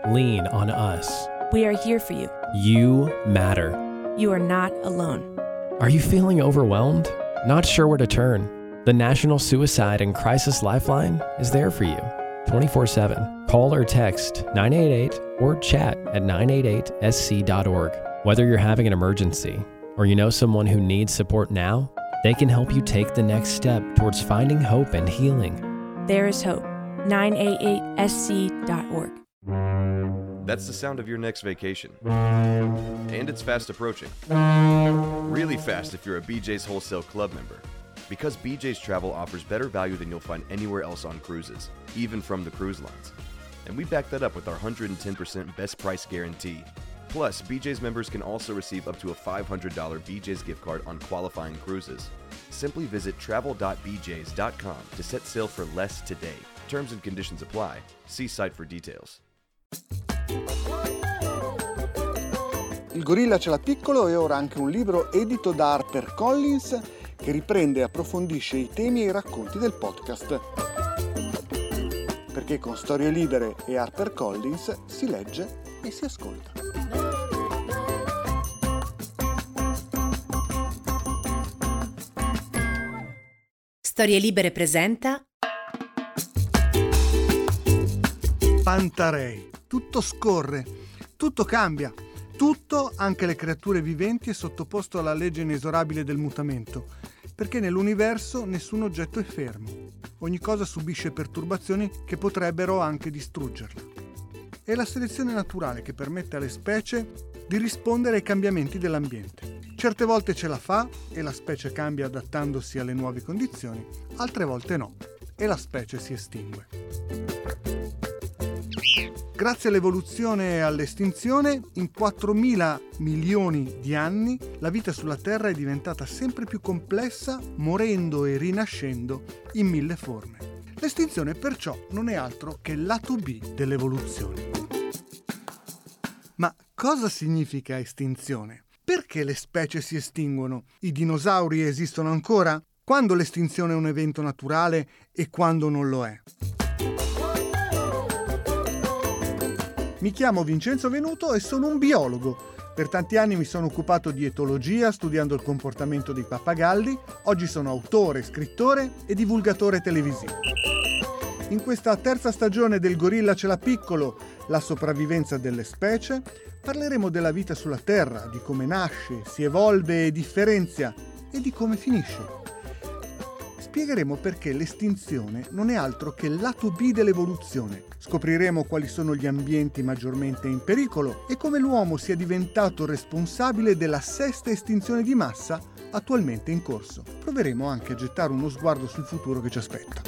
Lean on us. We are here for you. You matter. You are not alone. Are you feeling overwhelmed? Not sure where to turn? The National Suicide and Crisis Lifeline is there for you 24/7. Call or text 988 or chat at 988sc.org. Whether you're having an emergency or you know someone who needs support now, they can help you take the next step towards finding hope and healing. There is hope. 988sc.org. That's the sound of your next vacation. And it's fast approaching. Really fast if you're a BJ's Wholesale Club member. Because BJ's Travel offers better value than you'll find anywhere else on cruises, even from the cruise lines. And we back that up with our 110% best price guarantee. Plus, BJ's members can also receive up to a $500 BJ's gift card on qualifying cruises. Simply visit travel.bjs.com to set sail for less today. Terms and conditions apply. See site for details. Il gorilla ce l'ha piccolo e ora anche un libro edito da HarperCollins che riprende e approfondisce i temi e i racconti del podcast. Perché con Storie Libere e HarperCollins si legge e si ascolta. Storie Libere presenta Pantarei. Tutto scorre, tutto cambia, tutto, anche le creature viventi, è sottoposto alla legge inesorabile del mutamento, perché nell'universo nessun oggetto è fermo. Ogni cosa subisce perturbazioni che potrebbero anche distruggerla. È la selezione naturale che permette alle specie di rispondere ai cambiamenti dell'ambiente. Certe volte ce la fa e la specie cambia adattandosi alle nuove condizioni, altre volte no e la specie si estingue. Grazie all'evoluzione e all'estinzione, in 4.000 milioni di anni, la vita sulla Terra è diventata sempre più complessa, morendo e rinascendo in 1000 forme. L'estinzione perciò non è altro che il lato B dell'evoluzione. Ma cosa significa estinzione? Perché le specie si estinguono? I dinosauri esistono ancora? Quando l'estinzione è un evento naturale e quando non lo è? Mi chiamo Vincenzo Venuto e sono un biologo. Per tanti anni mi sono occupato di etologia, studiando il comportamento dei pappagalli. Oggi sono autore, scrittore e divulgatore televisivo. In questa terza stagione del Gorilla ce l'ha piccolo, la sopravvivenza delle specie, parleremo della vita sulla Terra, di come nasce, si evolve e differenzia e di come finisce. Spiegheremo perché l'estinzione non è altro che il lato B dell'evoluzione. Scopriremo quali sono gli ambienti maggiormente in pericolo e come l'uomo sia diventato responsabile della sesta estinzione di massa attualmente in corso. Proveremo anche a gettare uno sguardo sul futuro che ci aspetta.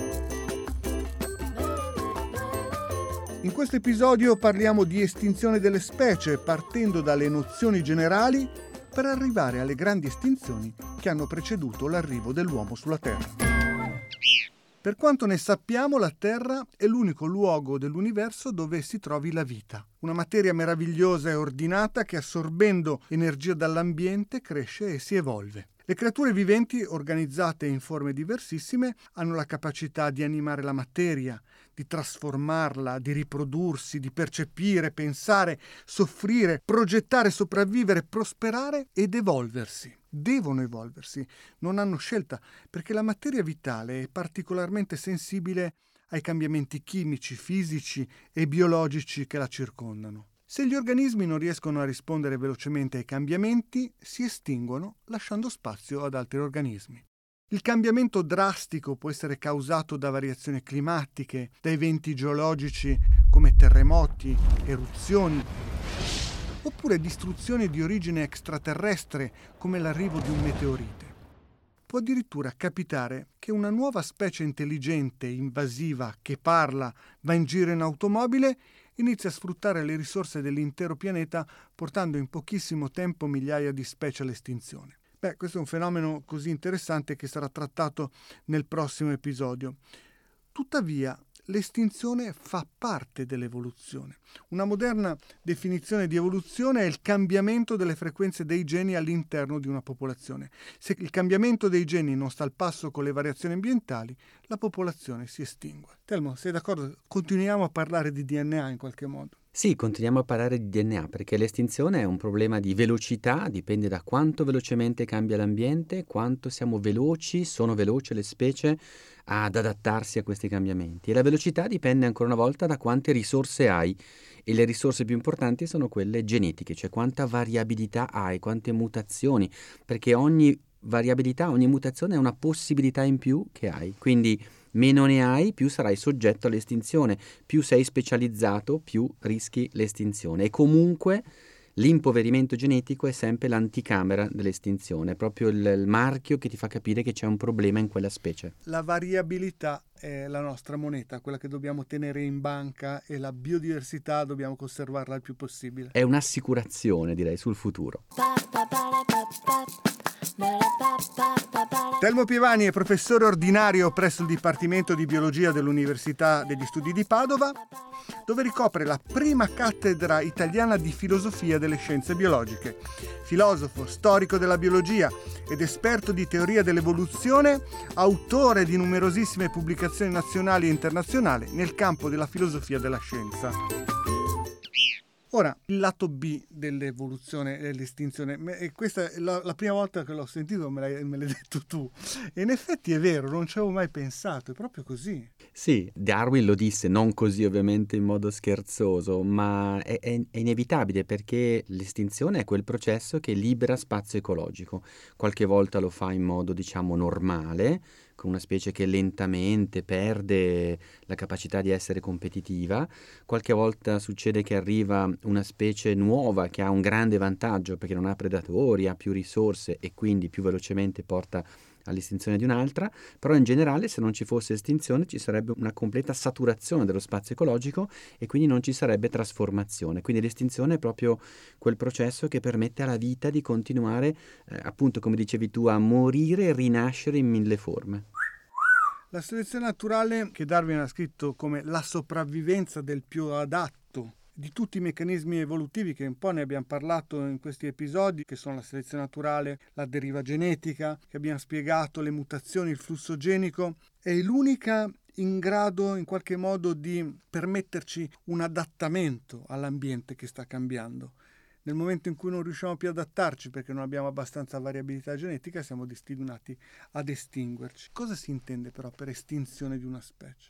In questo episodio parliamo di estinzione delle specie, partendo dalle nozioni generali per arrivare alle grandi estinzioni che hanno preceduto l'arrivo dell'uomo sulla Terra. Per quanto ne sappiamo, la Terra è l'unico luogo dell'universo dove si trovi la vita. Una materia meravigliosa e ordinata che, assorbendo energia dall'ambiente, cresce e si evolve. Le creature viventi, organizzate in forme diversissime, hanno la capacità di animare la materia, di trasformarla, di riprodursi, di percepire, pensare, soffrire, progettare, sopravvivere, prosperare ed evolversi. Devono evolversi, non hanno scelta, perché la materia vitale è particolarmente sensibile ai cambiamenti chimici, fisici e biologici che la circondano. Se gli organismi non riescono a rispondere velocemente ai cambiamenti, si estinguono lasciando spazio ad altri organismi. Il cambiamento drastico può essere causato da variazioni climatiche, da eventi geologici come terremoti, eruzioni, oppure distruzioni di origine extraterrestre come l'arrivo di un meteorite. Può addirittura capitare che una nuova specie intelligente, invasiva, che parla, va in giro in automobile, inizia a sfruttare le risorse dell'intero pianeta portando in pochissimo tempo migliaia di specie all'estinzione. Questo è un fenomeno così interessante che sarà trattato nel prossimo episodio. Tuttavia, l'estinzione fa parte dell'evoluzione. Una moderna definizione di evoluzione è il cambiamento delle frequenze dei geni all'interno di una popolazione. Se il cambiamento dei geni non sta al passo con le variazioni ambientali, la popolazione si estingue. Telmo, sei d'accordo? Continuiamo a parlare di DNA in qualche modo. Sì, continuiamo a parlare di DNA perché l'estinzione è un problema di velocità, dipende da quanto velocemente cambia l'ambiente, quanto siamo veloci, sono veloci le specie ad adattarsi a questi cambiamenti. E la velocità dipende ancora una volta da quante risorse hai, e le risorse più importanti sono quelle genetiche, cioè quanta variabilità hai, quante mutazioni, perché ogni variabilità, ogni mutazione è una possibilità in più che hai. Quindi meno ne hai, più sarai soggetto all'estinzione, più sei specializzato, più rischi l'estinzione. E comunque l'impoverimento genetico è sempre l'anticamera dell'estinzione, è proprio il marchio che ti fa capire che c'è un problema in quella specie. La variabilità è la nostra moneta, quella che dobbiamo tenere in banca, e la biodiversità dobbiamo conservarla il più possibile. È un'assicurazione, direi, sul futuro. Telmo Pievani è professore ordinario presso il Dipartimento di Biologia dell'Università degli Studi di Padova, dove ricopre la prima cattedra italiana di filosofia delle scienze biologiche. Filosofo, storico della biologia ed esperto di teoria dell'evoluzione, autore di numerosissime pubblicazioni nazionali e internazionali nel campo della filosofia della scienza. Ora, il lato B dell'evoluzione e dell'estinzione, e questa è la prima volta che l'ho sentito, me l'hai detto tu, e in effetti è vero, non ci avevo mai pensato, è proprio così. Sì, Darwin lo disse, non così ovviamente in modo scherzoso, ma è inevitabile perché l'estinzione è quel processo che libera spazio ecologico. Qualche volta lo fa in modo, diciamo, normale, con una specie che lentamente perde la capacità di essere competitiva. Qualche volta succede che arriva una specie nuova che ha un grande vantaggio perché non ha predatori, ha più risorse e quindi più velocemente porta all'estinzione di un'altra, però in generale se non ci fosse estinzione ci sarebbe una completa saturazione dello spazio ecologico e quindi non ci sarebbe trasformazione. Quindi l'estinzione è proprio quel processo che permette alla vita di continuare, appunto come dicevi tu, a morire e rinascere in mille forme. La selezione naturale, che Darwin ha scritto come la sopravvivenza del più adatto, di tutti i meccanismi evolutivi che un po' ne abbiamo parlato in questi episodi, che sono la selezione naturale, la deriva genetica, che abbiamo spiegato, le mutazioni, il flusso genico, è l'unica in grado in qualche modo di permetterci un adattamento all'ambiente che sta cambiando. Nel momento in cui non riusciamo più ad adattarci perché non abbiamo abbastanza variabilità genetica, siamo destinati ad estinguerci. Cosa si intende però per estinzione di una specie?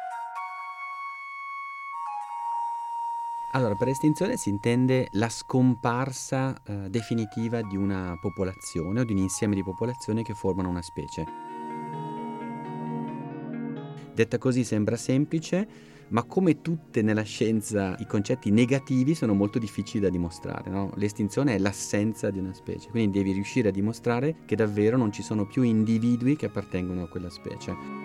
Allora, per estinzione si intende la scomparsa definitiva di una popolazione o di un insieme di popolazioni che formano una specie. Detta così sembra semplice, ma come tutte nella scienza i concetti negativi sono molto difficili da dimostrare, no? L'estinzione è l'assenza di una specie, quindi devi riuscire a dimostrare che davvero non ci sono più individui che appartengono a quella specie.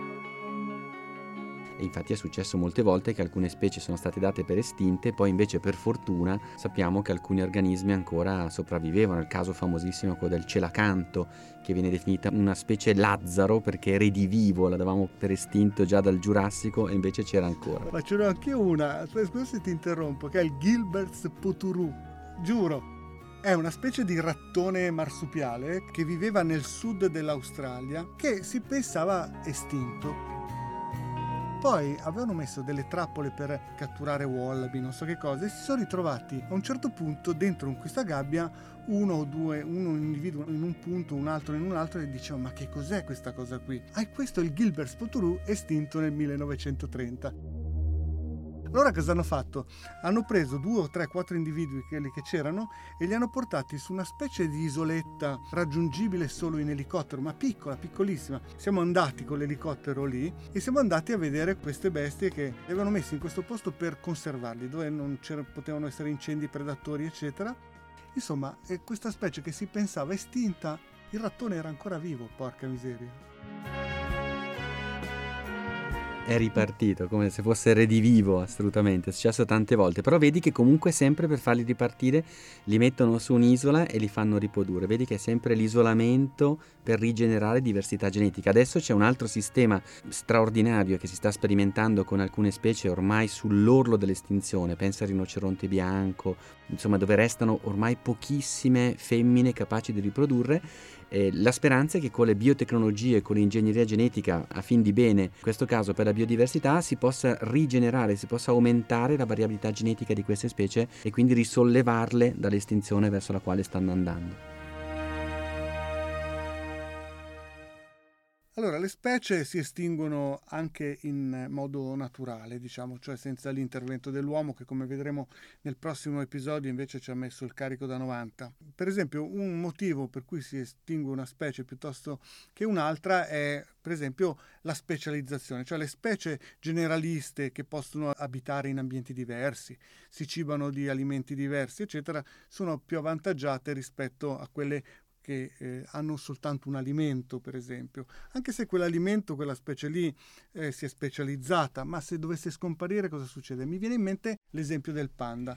E infatti è successo molte volte che alcune specie sono state date per estinte, poi invece per fortuna sappiamo che alcuni organismi ancora sopravvivevano. Il caso famosissimo è quello del celacanto, che viene definita una specie Lazzaro perché è redivivo, la davamo per estinto già dal Giurassico e invece c'era ancora. Ma ce n'è anche una, scusa se ti interrompo, che è il Gilbert's poturu, giuro. È una specie di rattone marsupiale che viveva nel sud dell'Australia, che si pensava estinto. Poi avevano messo delle trappole per catturare wallaby, non so che cosa, e si sono ritrovati a un certo punto dentro in questa gabbia uno individuo in un punto, un altro in un altro, e dicevano: ma che cos'è questa cosa qui? Questo è il Gilbert's poturu, estinto nel 1930. Allora cosa hanno fatto? Hanno preso 2 o 3, 4 individui, quelli che c'erano, e li hanno portati su una specie di isoletta raggiungibile solo in elicottero, ma piccola, piccolissima. Siamo andati con l'elicottero lì e siamo andati a vedere queste bestie che li avevano messi in questo posto per conservarli, dove non potevano essere incendi, predatori, eccetera. Insomma, questa specie che si pensava estinta, il rattone era ancora vivo, porca miseria. è ripartito, come se fosse redivivo, assolutamente, è successo tante volte, però vedi che comunque sempre per farli ripartire li mettono su un'isola e li fanno riprodurre, vedi che è sempre l'isolamento per rigenerare diversità genetica. Adesso c'è un altro sistema straordinario che si sta sperimentando con alcune specie ormai sull'orlo dell'estinzione, pensa al rinoceronte bianco, insomma dove restano ormai pochissime femmine capaci di riprodurre. La speranza è che con le biotecnologie, con l'ingegneria genetica a fin di bene, in questo caso per la biodiversità, si possa rigenerare, si possa aumentare la variabilità genetica di queste specie e quindi risollevarle dall'estinzione verso la quale stanno andando. Allora, le specie si estinguono anche in modo naturale, diciamo, cioè senza l'intervento dell'uomo che, come vedremo nel prossimo episodio, invece ci ha messo il carico da 90. Per esempio, un motivo per cui si estingue una specie piuttosto che un'altra è, per esempio, la specializzazione, cioè le specie generaliste che possono abitare in ambienti diversi, si cibano di alimenti diversi, eccetera, sono più avvantaggiate rispetto a quelle che hanno soltanto un alimento, per esempio, anche se quell'alimento, quella specie lì si è specializzata, ma se dovesse scomparire cosa succede? Mi viene in mente l'esempio del panda,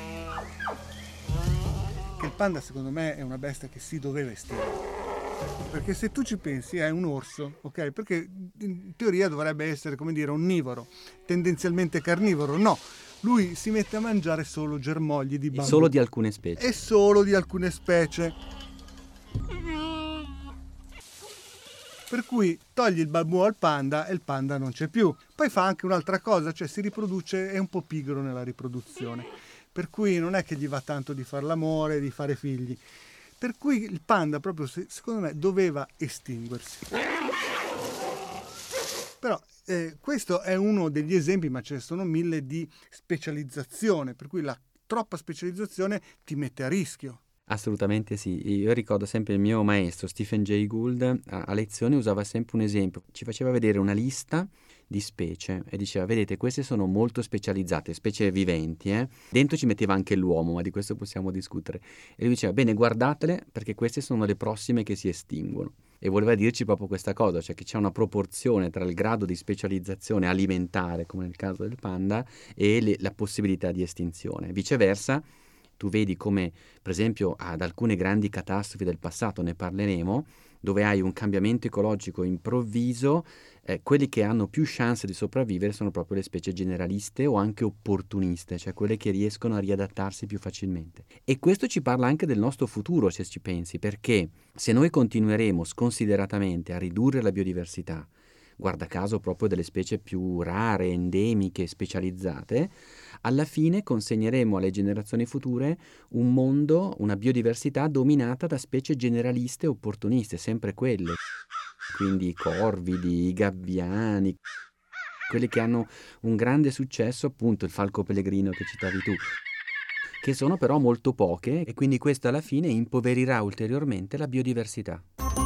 che il panda secondo me è una bestia che si doveva estinguere, perché se tu ci pensi è un orso, ok? Perché in teoria dovrebbe essere, come dire, onnivoro, tendenzialmente carnivoro. No, lui si mette a mangiare solo germogli di bambù. Solo di alcune specie. E solo di alcune specie. Per cui togli il bambù al panda e il panda non c'è più. Poi fa anche un'altra cosa, cioè si riproduce, è un po' pigro nella riproduzione, per cui non è che gli va tanto di fare l'amore, di fare figli. Per cui il panda proprio, secondo me, doveva estinguersi. Però questo è uno degli esempi, ma ce ne sono mille, di specializzazione, per cui la troppa specializzazione ti mette a rischio. Assolutamente sì, io ricordo sempre il mio maestro Stephen Jay Gould a lezione usava sempre un esempio, ci faceva vedere una lista di specie e diceva: vedete, queste sono molto specializzate, specie viventi, dentro ci metteva anche l'uomo, ma di questo possiamo discutere, e lui diceva: bene, guardatele perché queste sono le prossime che si estinguono. E voleva dirci proprio questa cosa, cioè che c'è una proporzione tra il grado di specializzazione alimentare, come nel caso del panda, e la possibilità di estinzione. Viceversa, tu vedi come, per esempio, ad alcune grandi catastrofi del passato, ne parleremo, dove hai un cambiamento ecologico improvviso, quelli che hanno più chance di sopravvivere sono proprio le specie generaliste o anche opportuniste, cioè quelle che riescono a riadattarsi più facilmente. E questo ci parla anche del nostro futuro, se ci pensi, perché se noi continueremo sconsideratamente a ridurre la biodiversità, guarda caso proprio delle specie più rare, endemiche, specializzate, alla fine consegneremo alle generazioni future un mondo, una biodiversità dominata da specie generaliste e opportuniste, sempre quelle. Quindi i corvidi, i gabbiani, quelli che hanno un grande successo, appunto il falco pellegrino che citavi tu, che sono però molto poche, e quindi questo alla fine impoverirà ulteriormente la biodiversità.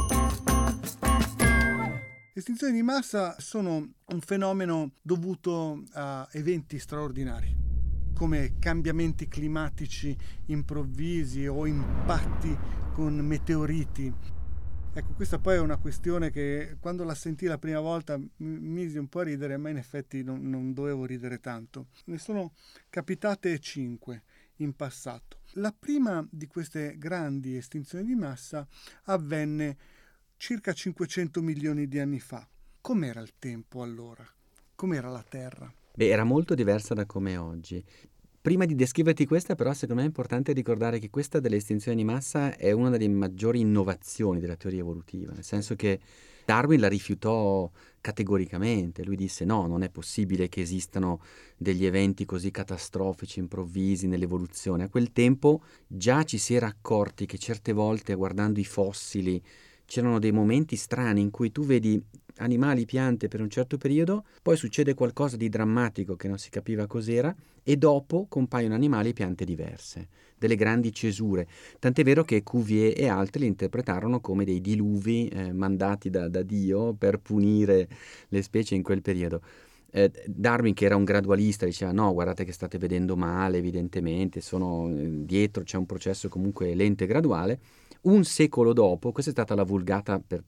Le estinzioni di massa sono un fenomeno dovuto a eventi straordinari, come cambiamenti climatici improvvisi o impatti con meteoriti. Ecco, questa poi è una questione che quando la sentii la prima volta mi mise un po' a ridere, ma in effetti non dovevo ridere tanto. Ne sono capitate 5 in passato. La prima di queste grandi estinzioni di massa avvenne circa 500 milioni di anni fa. Com'era il tempo allora? Com'era la Terra? Beh, era molto diversa da come è oggi. Prima di descriverti questa, però, secondo me è importante ricordare che questa delle estinzioni di massa è una delle maggiori innovazioni della teoria evolutiva, nel senso che Darwin la rifiutò categoricamente. Lui disse: no, non è possibile che esistano degli eventi così catastrofici, improvvisi nell'evoluzione. A quel tempo già ci si era accorti che certe volte, guardando i fossili, c'erano dei momenti strani in cui tu vedi animali, piante per un certo periodo, poi succede qualcosa di drammatico che non si capiva cos'era, e dopo compaiono animali e piante diverse, delle grandi cesure. Tant'è vero che Cuvier e altri li interpretarono come dei diluvi mandati da Dio per punire le specie in quel periodo. Darwin, che era un gradualista, diceva: no, guardate che state vedendo male, evidentemente, dietro c'è un processo comunque lento e graduale. Un secolo dopo, questa è stata la vulgata per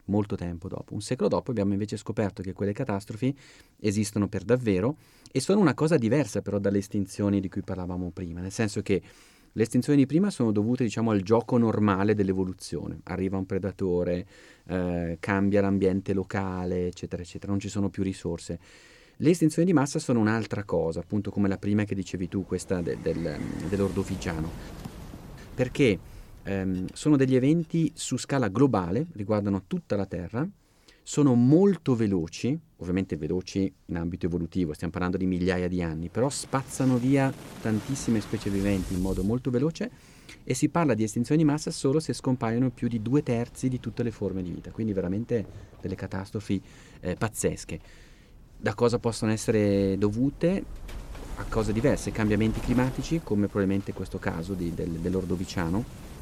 molto tempo dopo. Un secolo dopo abbiamo invece scoperto che quelle catastrofi esistono per davvero e sono una cosa diversa però dalle estinzioni di cui parlavamo prima, nel senso che le estinzioni di prima sono dovute, diciamo, al gioco normale dell'evoluzione. Arriva un predatore, cambia l'ambiente locale, eccetera, eccetera, non ci sono più risorse. Le estinzioni di massa sono un'altra cosa, appunto come la prima che dicevi tu, questa dell'ordovigiano, perché sono degli eventi su scala globale, riguardano tutta la Terra, sono molto veloci, ovviamente veloci in ambito evolutivo, stiamo parlando di migliaia di anni, però spazzano via tantissime specie viventi in modo molto veloce e si parla di estinzione di massa solo se scompaiono più di 2/3 di tutte le forme di vita, quindi veramente delle catastrofi pazzesche. Da cosa possono essere dovute? A cose diverse, cambiamenti climatici, come probabilmente questo caso dell'Ordoviciano,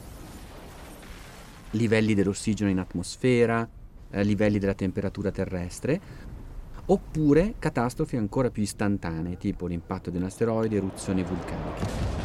livelli dell'ossigeno in atmosfera, livelli della temperatura terrestre, oppure catastrofi ancora più istantanee, tipo l'impatto di un asteroide, eruzioni vulcaniche.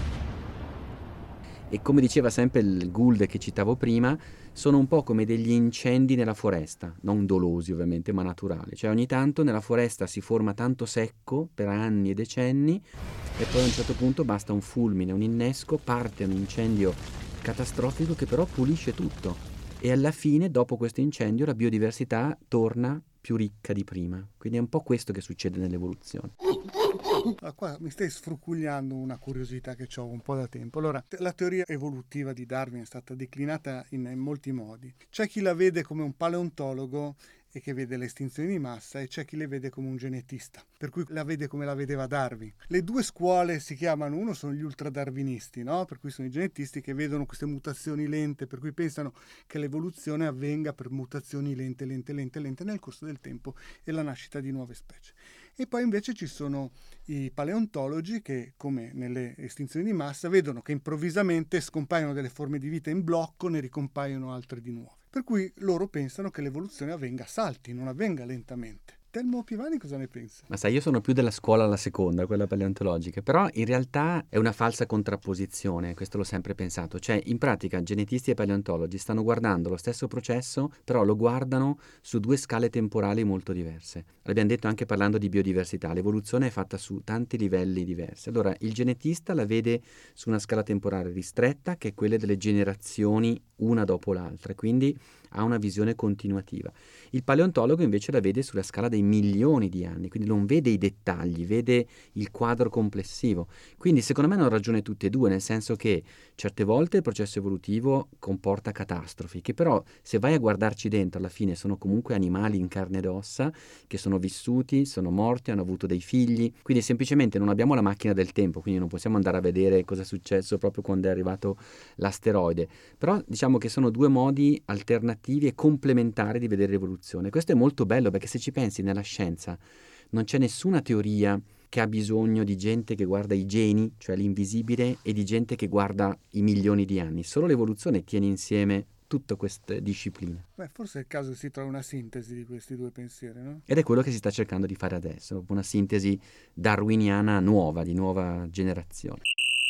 E come diceva sempre il Gould che citavo prima, sono un po' come degli incendi nella foresta, non dolosi ovviamente, ma naturali. Cioè ogni tanto nella foresta si forma tanto secco per anni e decenni e poi a un certo punto basta un fulmine, un innesco, parte un incendio catastrofico che però pulisce tutto. E alla fine, dopo questo incendio, la biodiversità torna più ricca di prima. Quindi è un po' questo che succede nell'evoluzione. Allora, qua mi stai sfrucugliando una curiosità che ho un po' da tempo. Allora, la teoria evolutiva di Darwin è stata declinata in molti modi. C'è chi la vede come un paleontologo e che vede le estinzioni di massa, e c'è chi le vede come un genetista, per cui la vede come la vedeva Darwin. Le due scuole si chiamano, uno sono gli ultradarwinisti, no? Per cui sono i genetisti che vedono queste mutazioni lente, per cui pensano che l'evoluzione avvenga per mutazioni lente nel corso del tempo e la nascita di nuove specie. E poi invece ci sono i paleontologi che, come nelle estinzioni di massa, vedono che improvvisamente scompaiono delle forme di vita in blocco, ne ricompaiono altre di nuove. Per cui loro pensano che l'evoluzione avvenga a salti, non avvenga lentamente. Telmo Pivani cosa ne pensa? Ma sai, io sono più della scuola alla seconda, quella paleontologica, però in realtà è una falsa contrapposizione, questo l'ho sempre pensato. Cioè, in pratica, genetisti e paleontologi stanno guardando lo stesso processo, però lo guardano su due scale temporali molto diverse. L'abbiamo detto anche parlando di biodiversità, l'evoluzione è fatta su tanti livelli diversi. Allora, il genetista la vede su una scala temporale ristretta, che è quella delle generazioni una dopo l'altra, quindi ha una visione continuativa. Il paleontologo invece la vede sulla scala dei milioni di anni, quindi non vede i dettagli, vede il quadro complessivo. Quindi secondo me hanno ragione tutte e due, nel senso che certe volte il processo evolutivo comporta catastrofi, che però se vai a guardarci dentro alla fine sono comunque animali in carne ed ossa, che sono vissuti, sono morti, hanno avuto dei figli, quindi semplicemente non abbiamo la macchina del tempo, quindi non possiamo andare a vedere cosa è successo proprio quando è arrivato l'asteroide. Però diciamo che sono due modi alternativi e complementari di vedere l'evoluzione. Questo è molto bello perché se ci pensi nella scienza non c'è nessuna teoria che ha bisogno di gente che guarda i geni, cioè l'invisibile, e di gente che guarda i milioni di anni. Solo l'evoluzione tiene insieme tutte queste discipline. Beh, forse è il caso che si trovi una sintesi di questi due pensieri, no? Ed è quello che si sta cercando di fare adesso, una sintesi darwiniana nuova, di nuova generazione.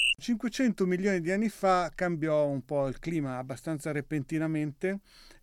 500 milioni di anni fa cambiò un po' il clima abbastanza repentinamente,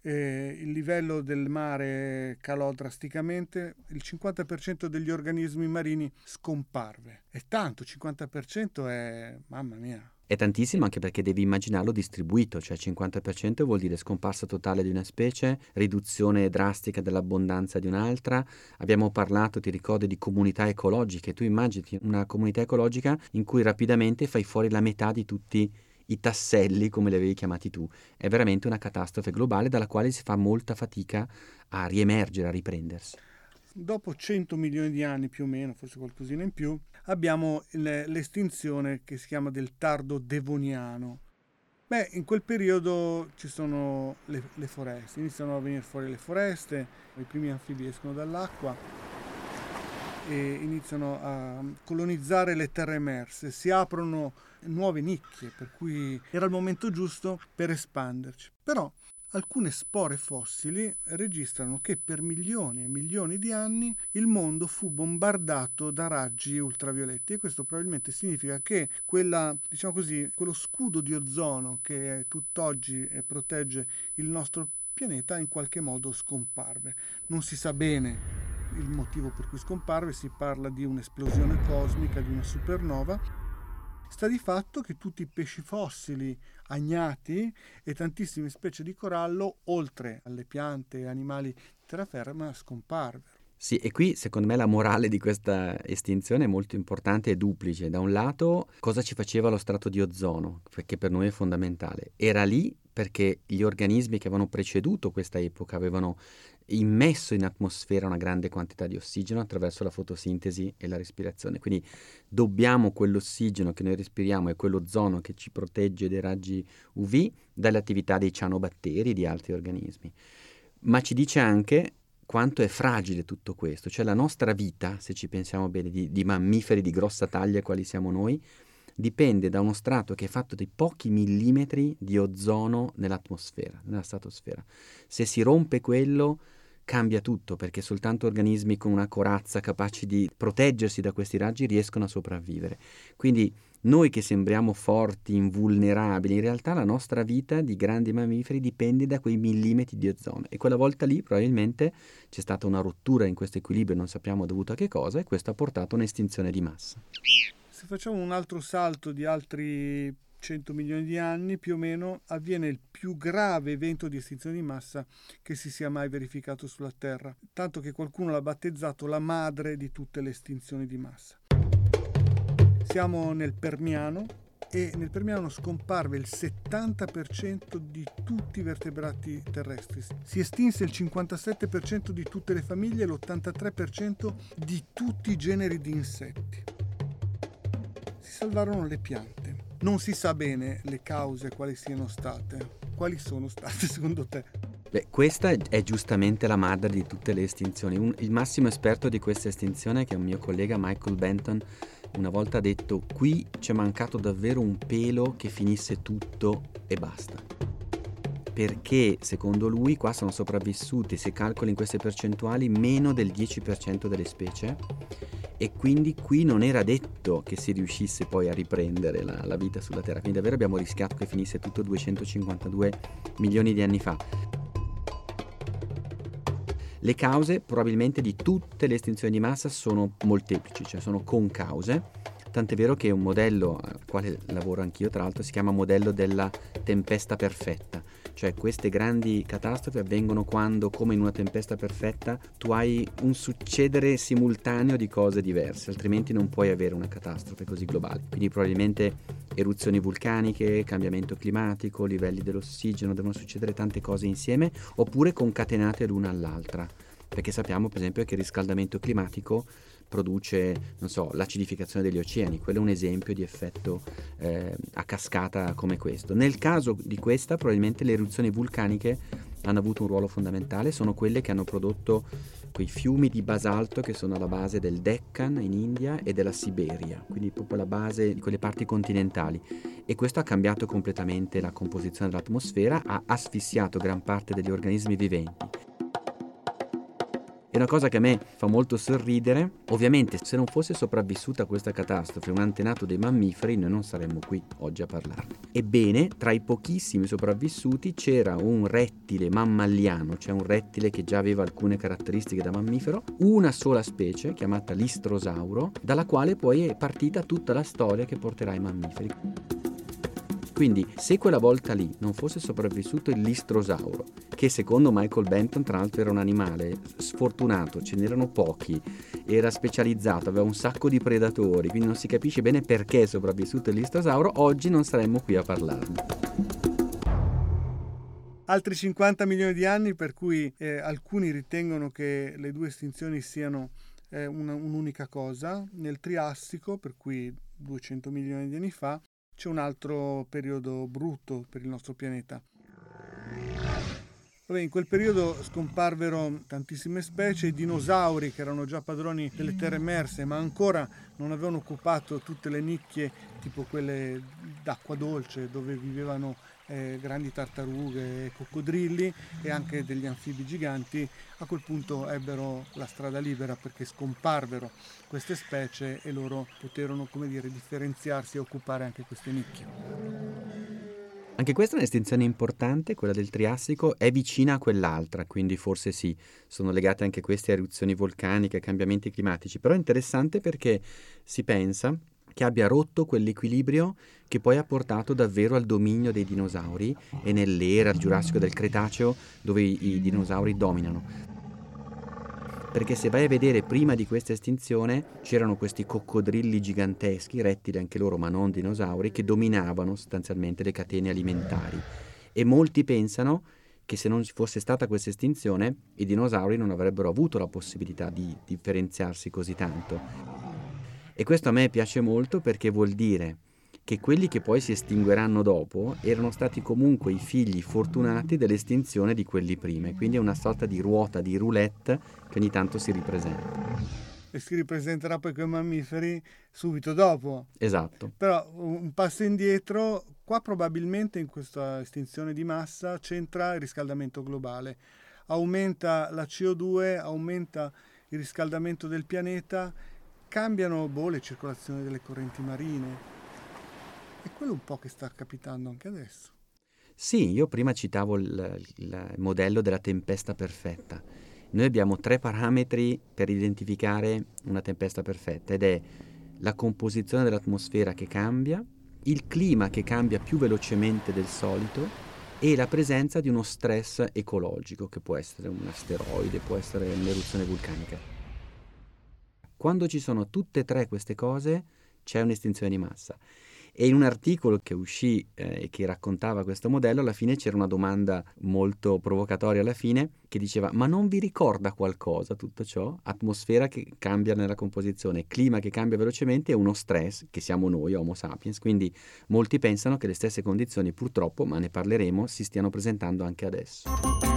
il livello del mare calò drasticamente, il 50% degli organismi marini scomparve. È tanto, 50% è, mamma mia. È tantissimo anche perché devi immaginarlo distribuito, cioè 50% vuol dire scomparsa totale di una specie, riduzione drastica dell'abbondanza di un'altra. Abbiamo parlato, ti ricordi, di comunità ecologiche. Tu immagini una comunità ecologica in cui rapidamente fai fuori la metà di tutti i tasselli, come li avevi chiamati tu. È veramente una catastrofe globale dalla quale si fa molta fatica a riemergere, a riprendersi. Dopo 100 milioni di anni più o meno, forse qualcosina in più, abbiamo l'estinzione che si chiama del tardo devoniano. Beh, in quel periodo ci sono le foreste, iniziano a venire fuori le foreste, i primi anfibi escono dall'acqua e iniziano a colonizzare le terre emerse, si aprono nuove nicchie, per cui era il momento giusto per espanderci. Però alcune spore fossili registrano che per milioni e milioni di anni il mondo fu bombardato da raggi ultravioletti, e questo probabilmente significa che quello scudo di ozono che tutt'oggi protegge il nostro pianeta in qualche modo scomparve. Non si sa bene il motivo per cui scomparve, si parla di un'esplosione cosmica, di una supernova. Sta di fatto che tutti i pesci fossili, agnati e tantissime specie di corallo, oltre alle piante e animali di terraferma, scomparvero. Sì, e qui secondo me la morale di questa estinzione è molto importante e duplice. Da un lato, cosa ci faceva lo strato di ozono, perché per noi è fondamentale. Era lì perché gli organismi che avevano preceduto questa epoca avevano immesso in atmosfera una grande quantità di ossigeno attraverso la fotosintesi e la respirazione. Quindi dobbiamo quell'ossigeno che noi respiriamo e quell'ozono che ci protegge dai raggi UV dalle attività dei cianobatteri e di altri organismi. Ma ci dice anche quanto è fragile tutto questo, cioè la nostra vita, se ci pensiamo bene, di mammiferi di grossa taglia quali siamo noi, dipende da uno strato che è fatto di pochi millimetri di ozono nell'atmosfera, nella stratosfera. Se si rompe quello, cambia tutto, perché soltanto organismi con una corazza capaci di proteggersi da questi raggi riescono a sopravvivere. Quindi noi che sembriamo forti, invulnerabili, in realtà la nostra vita di grandi mammiferi dipende da quei millimetri di ozono, e quella volta lì probabilmente c'è stata una rottura in questo equilibrio, non sappiamo dovuto a che cosa, e questo ha portato a un'estinzione di massa. Se facciamo un altro salto di altri 100 milioni di anni, più o meno, avviene il più grave evento di estinzione di massa che si sia mai verificato sulla Terra, tanto che qualcuno l'ha battezzato la madre di tutte le estinzioni di massa. Siamo nel Permiano, e nel Permiano scomparve il 70% di tutti i vertebrati terrestri. Si estinse il 57% di tutte le famiglie e l'83% di tutti i generi di insetti. Si salvarono le piante. Non si sa bene le cause quali siano state. Quali sono state secondo te? Questa è giustamente la madre di tutte le estinzioni. Il massimo esperto di questa estinzione, che è un mio collega, Michael Benton, una volta ha detto: qui c'è mancato davvero un pelo che finisse tutto e basta. Perché secondo lui qua sono sopravvissuti, se calcoli in queste percentuali, meno del 10% delle specie, e quindi qui non era detto che si riuscisse poi a riprendere la vita sulla Terra. Quindi davvero abbiamo rischiato che finisse tutto 252 milioni di anni fa. Le cause probabilmente di tutte le estinzioni di massa sono molteplici, cioè sono concause, tant'è vero che un modello al quale lavoro anch'io, tra l'altro, si chiama modello della tempesta perfetta. Cioè queste grandi catastrofi avvengono quando, come in una tempesta perfetta, tu hai un succedere simultaneo di cose diverse, altrimenti non puoi avere una catastrofe così globale. Quindi probabilmente eruzioni vulcaniche, cambiamento climatico, livelli dell'ossigeno, devono succedere tante cose insieme, oppure concatenate l'una all'altra. Perché sappiamo per esempio che il riscaldamento climatico produce, non so, l'acidificazione degli oceani. Quello è un esempio di effetto a cascata come questo. Nel caso di questa, probabilmente le eruzioni vulcaniche hanno avuto un ruolo fondamentale, sono quelle che hanno prodotto quei fiumi di basalto che sono alla base del Deccan in India e della Siberia, quindi proprio la base di quelle parti continentali, e questo ha cambiato completamente la composizione dell'atmosfera, ha asfissiato gran parte degli organismi viventi. È una cosa che a me fa molto sorridere. Ovviamente se non fosse sopravvissuta questa catastrofe un antenato dei mammiferi, noi non saremmo qui oggi a parlarne. Ebbene, tra i pochissimi sopravvissuti c'era un rettile mammaliano, cioè un rettile che già aveva alcune caratteristiche da mammifero, una sola specie chiamata l'istrosauro, dalla quale poi è partita tutta la storia che porterà ai mammiferi. Quindi se quella volta lì non fosse sopravvissuto l'istrosauro, che secondo Michael Benton tra l'altro era un animale sfortunato, ce n'erano pochi, era specializzato, aveva un sacco di predatori, quindi non si capisce bene perché è sopravvissuto l'istrosauro, oggi non saremmo qui a parlarne. Altri 50 milioni di anni, per cui alcuni ritengono che le due estinzioni siano un'unica cosa. Nel Triassico, per cui 200 milioni di anni fa, c'è un altro periodo brutto per il nostro pianeta. In quel periodo scomparvero tantissime specie, i dinosauri che erano già padroni delle terre emerse ma ancora non avevano occupato tutte le nicchie tipo quelle d'acqua dolce dove vivevano grandi tartarughe e coccodrilli e anche degli anfibi giganti. A quel punto ebbero la strada libera perché scomparvero queste specie e loro poterono, differenziarsi e occupare anche queste nicchie. Anche questa è un'estinzione importante, quella del Triassico, è vicina a quell'altra, quindi forse sì, sono legate anche queste a eruzioni vulcaniche, a cambiamenti climatici, però è interessante perché si pensa che abbia rotto quell'equilibrio che poi ha portato davvero al dominio dei dinosauri e nell'era del Giurassico del Cretaceo dove i dinosauri dominano. Perché se vai a vedere prima di questa estinzione c'erano questi coccodrilli giganteschi, rettili anche loro ma non dinosauri, che dominavano sostanzialmente le catene alimentari e molti pensano che se non ci fosse stata questa estinzione i dinosauri non avrebbero avuto la possibilità di differenziarsi così tanto. E questo a me piace molto perché vuol dire che quelli che poi si estingueranno dopo erano stati comunque i figli fortunati dell'estinzione di quelli prima, quindi è una sorta di ruota di roulette che ogni tanto si ripresenta. E si ripresenterà poi con i mammiferi subito dopo. Esatto. Però un passo indietro, qua probabilmente in questa estinzione di massa c'entra il riscaldamento globale. Aumenta la CO2, aumenta il riscaldamento del pianeta, cambiano le circolazioni delle correnti marine. È quello un po' che sta capitando anche adesso. Sì, io prima citavo il modello della tempesta perfetta. Noi abbiamo 3 parametri per identificare una tempesta perfetta ed è la composizione dell'atmosfera che cambia, il clima che cambia più velocemente del solito e la presenza di uno stress ecologico che può essere un asteroide, può essere un'eruzione vulcanica. Quando ci sono tutte e 3 queste cose c'è un'estinzione di massa. E in un articolo che uscì e che raccontava questo modello, alla fine c'era una domanda molto provocatoria alla fine, che diceva: ma non vi ricorda qualcosa tutto ciò? Atmosfera che cambia nella composizione, clima che cambia velocemente e uno stress, che siamo noi, Homo sapiens. Quindi molti pensano che le stesse condizioni, purtroppo, ma ne parleremo, si stiano presentando anche adesso.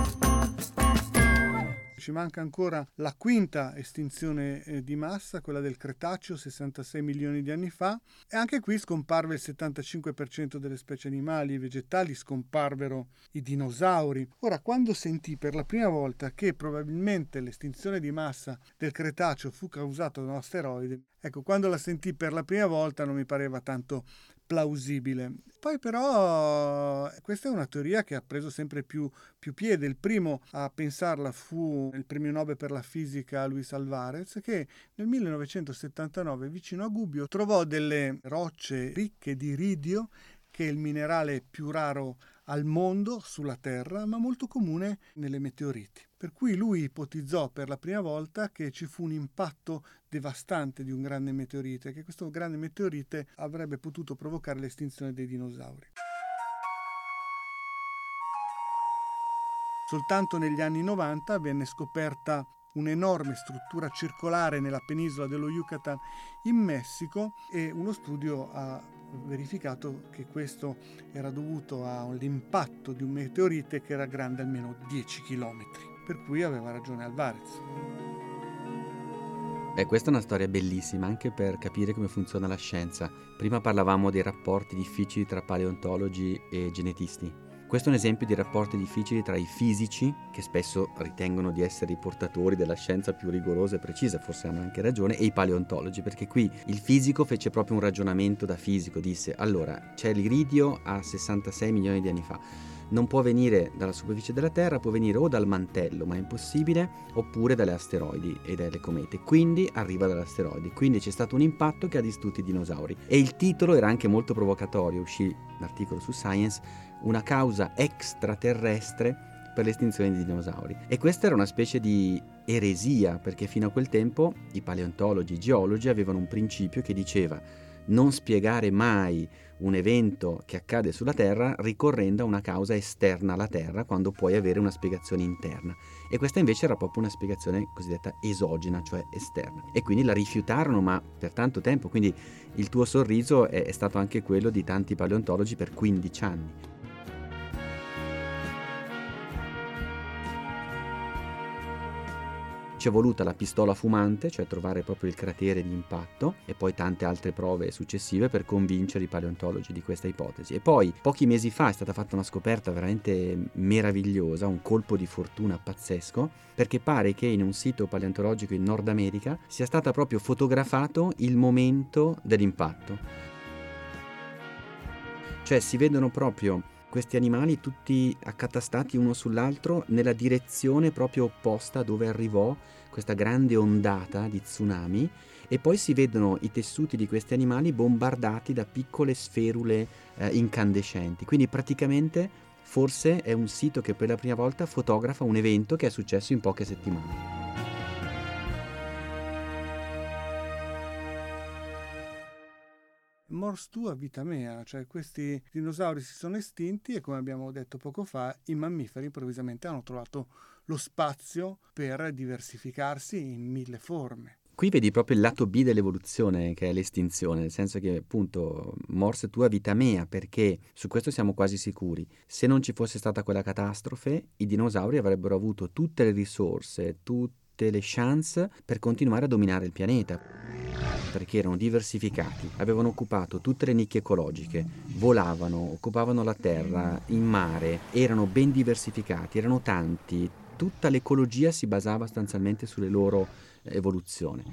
Ci manca ancora la quinta estinzione di massa, quella del Cretaceo, 66 milioni di anni fa, e anche qui scomparve il 75% delle specie animali e vegetali, scomparvero i dinosauri. Ora, quando sentì per la prima volta che probabilmente l'estinzione di massa del Cretaceo fu causata da un asteroide, ecco, quando la sentì per la prima volta non mi pareva tanto plausibile. Poi però questa è una teoria che ha preso sempre più piede. Il primo a pensarla fu il premio Nobel per la fisica Luis Alvarez, che nel 1979 vicino a Gubbio trovò delle rocce ricche di iridio, che è il minerale più raro al mondo sulla Terra, ma molto comune nelle meteoriti. Per cui lui ipotizzò per la prima volta che ci fu un impatto devastante di un grande meteorite, e che questo grande meteorite avrebbe potuto provocare l'estinzione dei dinosauri. Soltanto negli anni 90 venne scoperta un'enorme struttura circolare nella penisola dello Yucatan in Messico, e uno studio ha verificato che questo era dovuto all'impatto di un meteorite che era grande almeno 10 km, per cui aveva ragione Alvarez. Questa è una storia bellissima anche per capire come funziona la scienza. Prima parlavamo dei rapporti difficili tra paleontologi e genetisti. Questo è un esempio di rapporti difficili tra i fisici, che spesso ritengono di essere i portatori della scienza più rigorosa e precisa, forse hanno anche ragione, e i paleontologi, perché qui il fisico fece proprio un ragionamento da fisico, disse: allora, c'è l'iridio a 66 milioni di anni fa, non può venire dalla superficie della Terra, può venire o dal mantello, ma è impossibile, oppure dalle asteroidi e dalle comete, quindi arriva dall'asteroidi, quindi c'è stato un impatto che ha distrutto i dinosauri. E il titolo era anche molto provocatorio, uscì l'articolo su Science, una causa extraterrestre per l'estinzione dei dinosauri. E questa era una specie di eresia, perché fino a quel tempo i paleontologi, i geologi avevano un principio che diceva: non spiegare mai un evento che accade sulla Terra ricorrendo a una causa esterna alla Terra, quando puoi avere una spiegazione interna. E questa invece era proprio una spiegazione cosiddetta esogena, cioè esterna. E quindi la rifiutarono, ma per tanto tempo. Quindi il tuo sorriso è stato anche quello di tanti paleontologi per 15 anni. Ci è voluta la pistola fumante, cioè trovare proprio il cratere di impatto, e poi tante altre prove successive per convincere i paleontologi di questa ipotesi. E poi, pochi mesi fa, è stata fatta una scoperta veramente meravigliosa, un colpo di fortuna pazzesco, perché pare che in un sito paleontologico in Nord America sia stato proprio fotografato il momento dell'impatto. Cioè si vedono proprio questi animali tutti accatastati uno sull'altro nella direzione proprio opposta dove arrivò questa grande ondata di tsunami, e poi si vedono i tessuti di questi animali bombardati da piccole sferule incandescenti. Quindi praticamente forse è un sito che per la prima volta fotografa un evento che è successo in poche settimane. Mors tua vita mea, cioè questi dinosauri si sono estinti e, come abbiamo detto poco fa, i mammiferi improvvisamente hanno trovato lo spazio per diversificarsi in 1000 forme. Qui vedi proprio il lato B dell'evoluzione, che è l'estinzione, nel senso che appunto mors tua vita mea, perché su questo siamo quasi sicuri. Se non ci fosse stata quella catastrofe, i dinosauri avrebbero avuto tutte le risorse, tutte le chance per continuare a dominare il pianeta, perché erano diversificati, avevano occupato tutte le nicchie ecologiche, volavano, occupavano la terra, in mare, erano ben diversificati, erano tanti, tutta l'ecologia si basava sostanzialmente sulle loro evoluzione.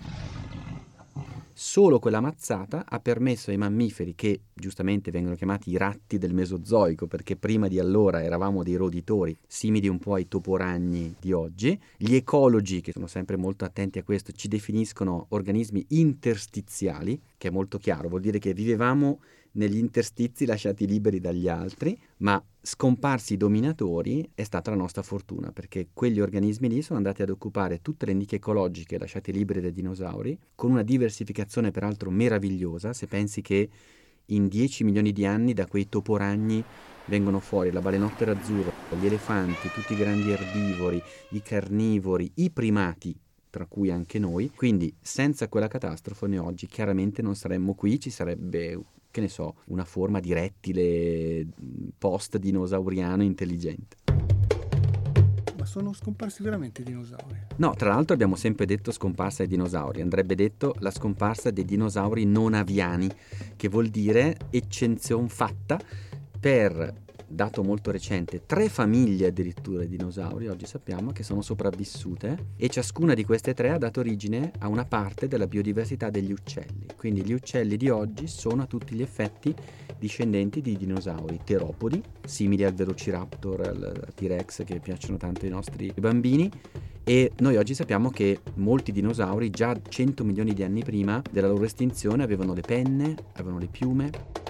Solo quella mazzata ha permesso ai mammiferi, che giustamente vengono chiamati i ratti del Mesozoico, perché prima di allora eravamo dei roditori, simili un po' ai toporagni di oggi. Gli ecologi, che sono sempre molto attenti a questo, ci definiscono organismi interstiziali, che è molto chiaro, vuol dire che vivevamo negli interstizi lasciati liberi dagli altri, ma scomparsi i dominatori è stata la nostra fortuna, perché quegli organismi lì sono andati ad occupare tutte le nicchie ecologiche lasciate libere dai dinosauri, con una diversificazione peraltro meravigliosa. Se pensi che in 10 milioni di anni da quei toporagni vengono fuori la balenottera azzurra, gli elefanti, tutti i grandi erbivori, i carnivori, i primati, tra cui anche noi. Quindi senza quella catastrofe noi oggi chiaramente non saremmo qui, ci sarebbe, che ne so, una forma di rettile post-dinosauriano intelligente. Ma sono scomparsi veramente i dinosauri? No, tra l'altro abbiamo sempre detto scomparsa dei dinosauri, andrebbe detto la scomparsa dei dinosauri non aviani, che vuol dire eccezione fatta per, dato molto recente, 3 famiglie addirittura di dinosauri, oggi sappiamo, che sono sopravvissute, e ciascuna di queste 3 ha dato origine a una parte della biodiversità degli uccelli. Quindi gli uccelli di oggi sono a tutti gli effetti discendenti di dinosauri teropodi, simili al Velociraptor, al T-Rex, che piacciono tanto ai nostri bambini. E noi oggi sappiamo che molti dinosauri già 100 milioni di anni prima della loro estinzione avevano le penne, avevano le piume.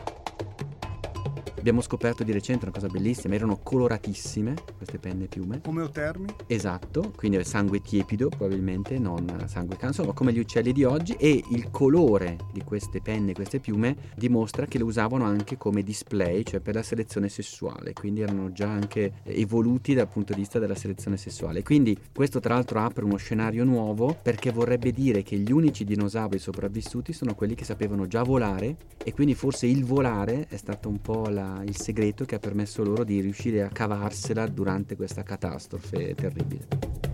Abbiamo scoperto di recente una cosa bellissima, erano coloratissime queste penne e piume. Come otermi? Esatto, quindi sangue tiepido probabilmente, non sangue caldo, insomma come gli uccelli di oggi, e il colore di queste penne e queste piume dimostra che le usavano anche come display, cioè per la selezione sessuale, quindi erano già anche evoluti dal punto di vista della selezione sessuale. Quindi questo tra l'altro apre uno scenario nuovo, perché vorrebbe dire che gli unici dinosauri sopravvissuti sono quelli che sapevano già volare, e quindi forse il volare è stato un po' il segreto che ha permesso loro di riuscire a cavarsela durante questa catastrofe terribile.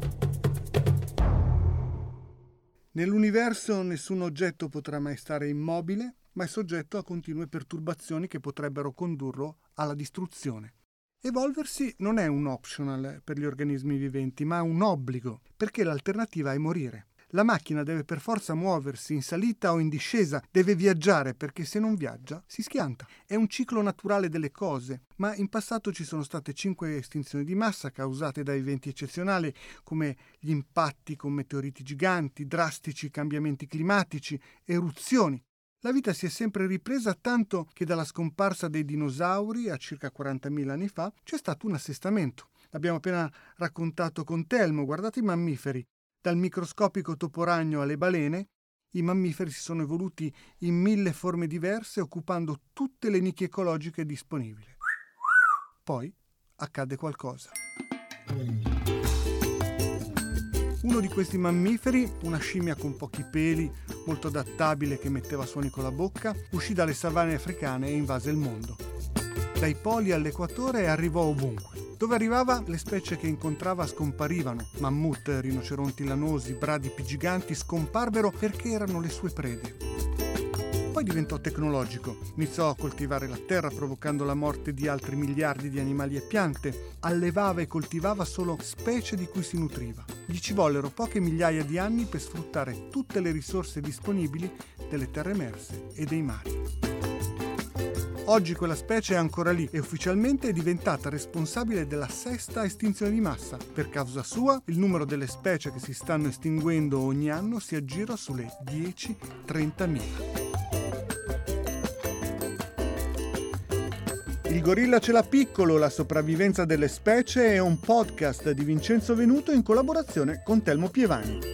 Nell'universo nessun oggetto potrà mai stare immobile, ma è soggetto a continue perturbazioni che potrebbero condurlo alla distruzione. Evolversi non è un optional per gli organismi viventi, ma un obbligo, perché l'alternativa è morire. La macchina deve per forza muoversi in salita o in discesa, deve viaggiare, perché se non viaggia si schianta. È un ciclo naturale delle cose, ma in passato ci sono state 5 estinzioni di massa causate da eventi eccezionali come gli impatti con meteoriti giganti, drastici cambiamenti climatici, eruzioni. La vita si è sempre ripresa, tanto che dalla scomparsa dei dinosauri a circa 40.000 anni fa c'è stato un assestamento. L'abbiamo appena raccontato con Telmo, guardate i mammiferi. Dal microscopico toporagno alle balene, i mammiferi si sono evoluti in 1000 forme diverse, occupando tutte le nicchie ecologiche disponibili. Poi accade qualcosa. Uno di questi mammiferi, una scimmia con pochi peli, molto adattabile che metteva suoni con la bocca, uscì dalle savane africane e invase il mondo. Dai poli all'equatore e arrivò ovunque. Dove arrivava, le specie che incontrava scomparivano. Mammut, rinoceronti lanosi, bradipi giganti scomparvero perché erano le sue prede. Poi diventò tecnologico. Iniziò a coltivare la terra, provocando la morte di altri miliardi di animali e piante. Allevava e coltivava solo specie di cui si nutriva. Gli ci vollero poche migliaia di anni per sfruttare tutte le risorse disponibili delle terre emerse e dei mari. Oggi quella specie è ancora lì e ufficialmente è diventata responsabile della 6ª estinzione di massa. Per causa sua, il numero delle specie che si stanno estinguendo ogni anno si aggira sulle 10-30.000. Il gorilla ce l'ha piccolo, la sopravvivenza delle specie è un podcast di Vincenzo Venuto in collaborazione con Telmo Pievani.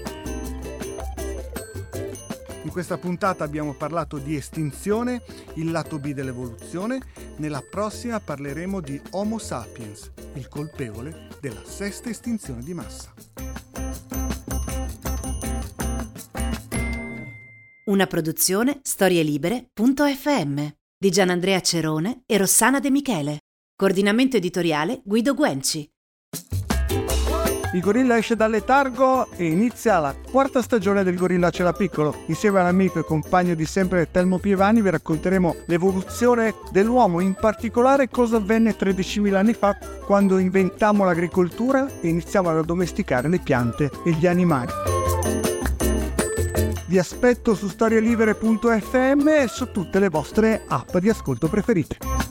In questa puntata abbiamo parlato di estinzione, il lato B dell'evoluzione. Nella prossima parleremo di Homo sapiens, il colpevole della 6ª estinzione di massa. Una produzione storielibere.fm di Gianandrea Cerone e Rossana De Michele. Coordinamento editoriale Guido Guenci. Il gorilla esce dal letargo e inizia la 4ª stagione del Gorilla ce l'ha piccolo. Insieme all'amico e compagno di sempre Telmo Pievani vi racconteremo l'evoluzione dell'uomo, in particolare cosa avvenne 13.000 anni fa quando inventammo l'agricoltura e iniziamo ad addomesticare le piante e gli animali. Vi aspetto su storielibere.fm e su tutte le vostre app di ascolto preferite.